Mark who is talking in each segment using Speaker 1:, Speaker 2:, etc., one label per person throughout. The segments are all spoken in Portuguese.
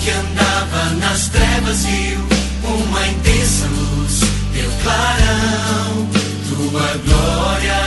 Speaker 1: que andava nas trevas viu uma intensa luz, teu clarão, tua glória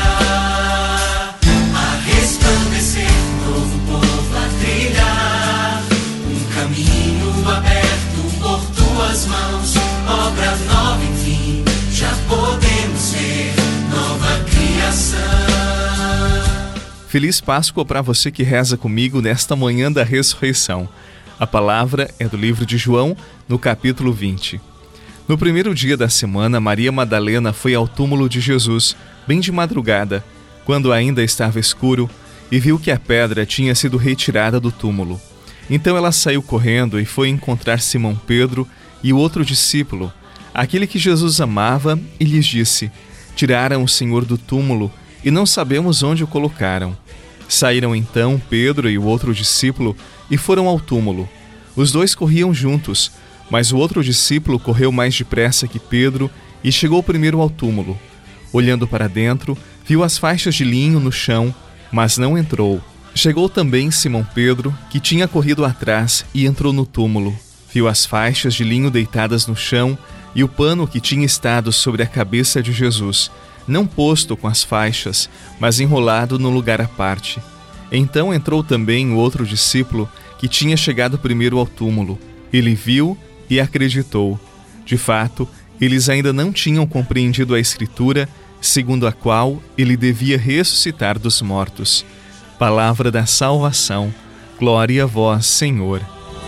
Speaker 1: a resplandecer, novo povo a trilhar, um caminho aberto por tuas mãos, obra nova, enfim, já podemos ver nova criação.
Speaker 2: Feliz Páscoa para você que reza comigo nesta manhã da ressurreição. A palavra é do livro de João, no capítulo 20. No primeiro dia da semana, Maria Madalena foi ao túmulo de Jesus, bem de madrugada, quando ainda estava escuro, e viu que a pedra tinha sido retirada do túmulo. Então ela saiu correndo e foi encontrar Simão Pedro e o outro discípulo, aquele que Jesus amava, e lhes disse: tiraram o Senhor do túmulo e não sabemos onde o colocaram. Saíram então Pedro e o outro discípulo e foram ao túmulo. Os dois corriam juntos, mas o outro discípulo correu mais depressa que Pedro e chegou primeiro ao túmulo. Olhando para dentro, viu as faixas de linho no chão, mas não entrou. Chegou também Simão Pedro, que tinha corrido atrás, e entrou no túmulo. Viu as faixas de linho deitadas no chão e o pano que tinha estado sobre a cabeça de Jesus, não posto com as faixas, mas enrolado no lugar à parte. Então entrou também o outro discípulo, que tinha chegado primeiro ao túmulo. Ele viu e acreditou. De fato, eles ainda não tinham compreendido a Escritura, segundo a qual ele devia ressuscitar dos mortos. Palavra da salvação. Glória a vós, Senhor.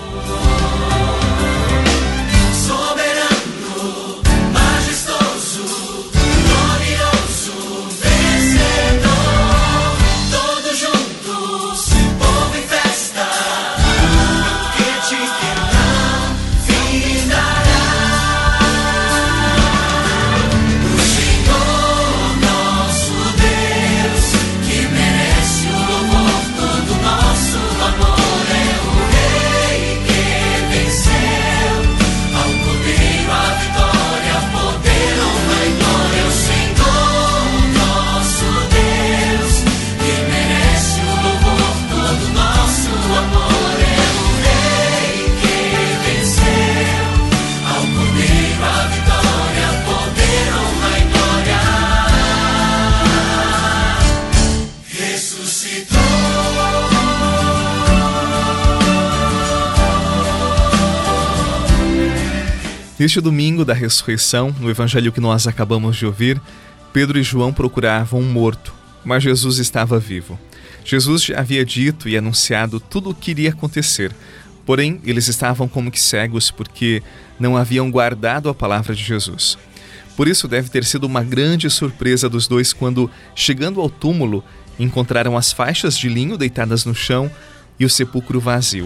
Speaker 2: Neste domingo da ressurreição, no evangelho que nós acabamos de ouvir, Pedro e João procuravam um morto, mas Jesus estava vivo. Jesus já havia dito e anunciado tudo o que iria acontecer, porém eles estavam como que cegos porque não haviam guardado a palavra de Jesus. Por isso deve ter sido uma grande surpresa dos dois quando, chegando ao túmulo, encontraram as faixas de linho deitadas no chão e o sepulcro vazio.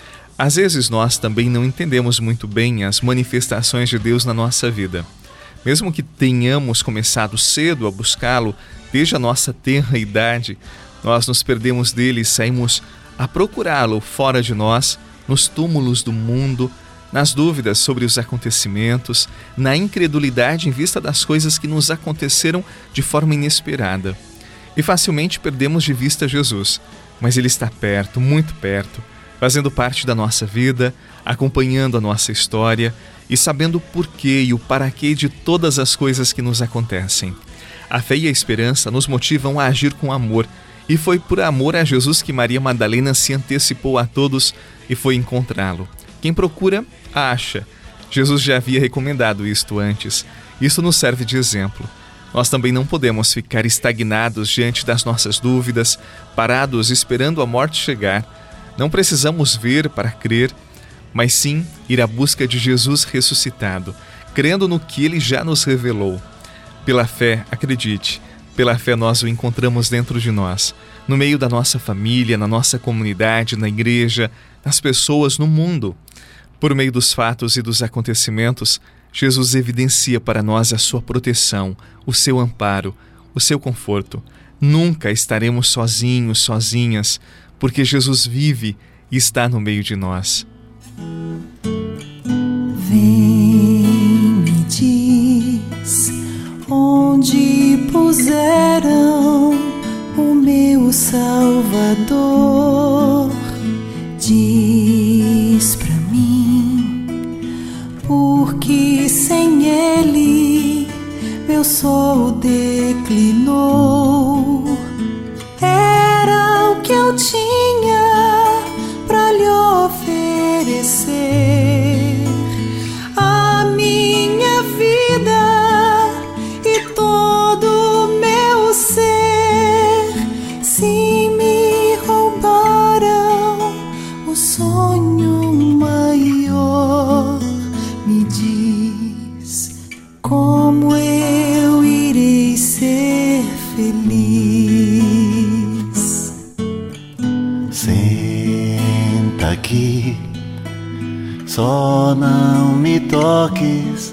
Speaker 2: Às vezes nós também não entendemos muito bem as manifestações de Deus na nossa vida. Mesmo que tenhamos começado cedo a buscá-lo, desde a nossa tenra idade, nós nos perdemos dele e saímos a procurá-lo fora de nós, nos túmulos do mundo, nas dúvidas sobre os acontecimentos, na incredulidade em vista das coisas que nos aconteceram de forma inesperada. E facilmente perdemos de vista Jesus, mas ele está perto, muito perto, fazendo parte da nossa vida, acompanhando a nossa história e sabendo o porquê e o paraquê de todas as coisas que nos acontecem. A fé e a esperança nos motivam a agir com amor, e foi por amor a Jesus que Maria Madalena se antecipou a todos e foi encontrá-lo. Quem procura, acha. Jesus já havia recomendado isto antes. Isso nos serve de exemplo. Nós também não podemos ficar estagnados diante das nossas dúvidas, parados esperando a morte chegar. Não precisamos ver para crer, mas sim ir à busca de Jesus ressuscitado, crendo no que Ele já nos revelou. Pela fé, acredite, pela fé nós o encontramos dentro de nós, no meio da nossa família, na nossa comunidade, na igreja, nas pessoas, no mundo. Por meio dos fatos e dos acontecimentos, Jesus evidencia para nós a sua proteção, o seu amparo, o seu conforto. Nunca estaremos sozinhos, sozinhas, porque Jesus vive e está no meio de nós.
Speaker 3: Vem, me diz, onde puseram o meu Salvador? Diz pra mim que eu tinha pra lhe oferecer. A minha vida e todo o meu ser, se me roubaram o sonho maior, me diz como eu irei ser feliz.
Speaker 4: Senta aqui, só não me toques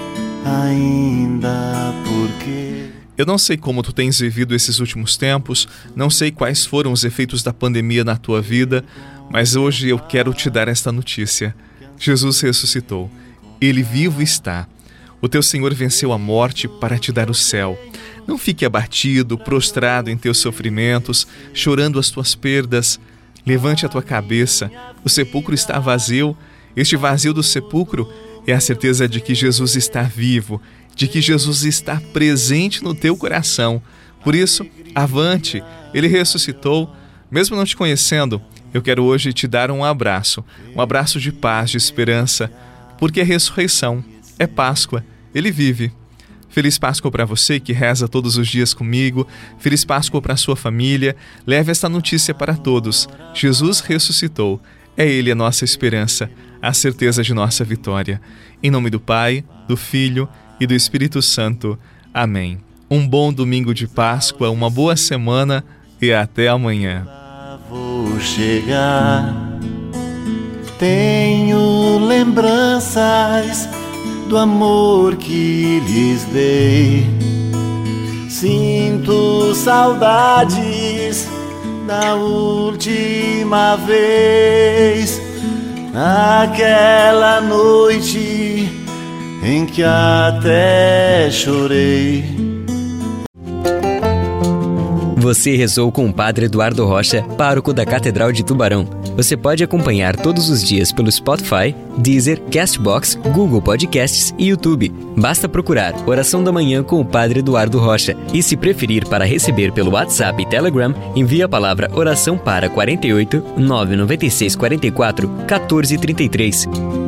Speaker 4: ainda, porque...
Speaker 2: Eu não sei como tu tens vivido esses últimos tempos, não sei quais foram os efeitos da pandemia na tua vida, mas hoje eu quero te dar esta notícia. Jesus ressuscitou. Ele vivo está. O teu Senhor venceu a morte para te dar o céu. Não fique abatido, prostrado em teus sofrimentos, chorando as tuas perdas. Levante a tua cabeça. O sepulcro está vazio. Este vazio do sepulcro é a certeza de que Jesus está vivo, de que Jesus está presente no teu coração. Por isso, avante, Ele ressuscitou. Mesmo não te conhecendo, eu quero hoje te dar um abraço de paz, de esperança, porque é ressurreição, é Páscoa, Ele vive. Feliz Páscoa para você que reza todos os dias comigo, Feliz Páscoa para a sua família. Leve esta notícia para todos: Jesus ressuscitou, é Ele a nossa esperança, a certeza de nossa vitória. Em nome do Pai, do Filho e do Espírito Santo. Amém. Um bom domingo de Páscoa, uma boa semana e até amanhã.
Speaker 4: Vou chegar, tenho lembranças do amor que lhes dei, sinto saudades da última vez, naquela noite em que até chorei.
Speaker 5: Você rezou com o Padre Eduardo Rocha, pároco da Catedral de Tubarão. Você pode acompanhar todos os dias pelo Spotify, Deezer, Castbox, Google Podcasts e YouTube. Basta procurar Oração da Manhã com o Padre Eduardo Rocha. E se preferir para receber pelo WhatsApp e Telegram, envie a palavra oração para 48 996 44 14 33.